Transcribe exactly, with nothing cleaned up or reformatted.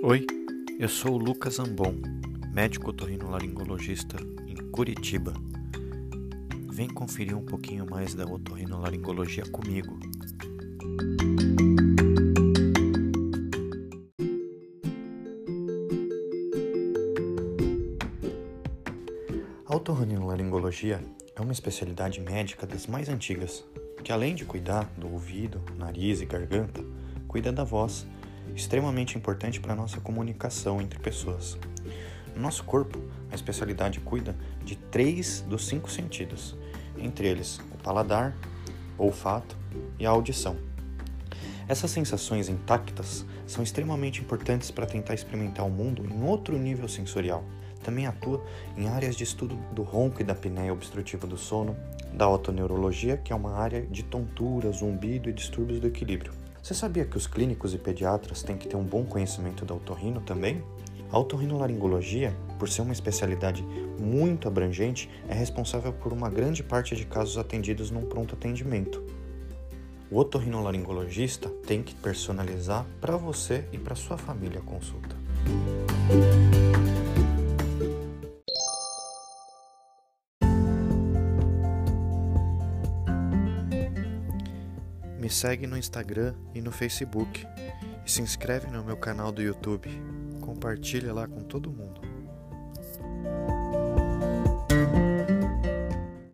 Oi, eu sou o Lucas Ambon, médico otorrinolaringologista em Curitiba. Vem conferir um pouquinho mais da otorrinolaringologia comigo. A otorrinolaringologia é uma especialidade médica das mais antigas, que além de cuidar do ouvido, nariz e garganta, cuida da voz, extremamente importante para a nossa comunicação entre pessoas. No nosso corpo, a especialidade cuida de três dos cinco sentidos, entre eles o paladar, o olfato e a audição. Essas sensações intactas são extremamente importantes para tentar experimentar o mundo em outro nível sensorial. Também atua em áreas de estudo do ronco e da apneia obstrutiva do sono, da otoneurologia, que é uma área de tontura, zumbido e distúrbios do equilíbrio. Você sabia que os clínicos e pediatras têm que ter um bom conhecimento da otorrino também? A otorrinolaringologia, por ser uma especialidade muito abrangente, é responsável por uma grande parte de casos atendidos num pronto atendimento. O otorrinolaringologista tem que personalizar para você e para sua família a consulta. Me segue no Instagram e no Facebook e se inscreve no meu canal do YouTube. Compartilha lá com todo mundo.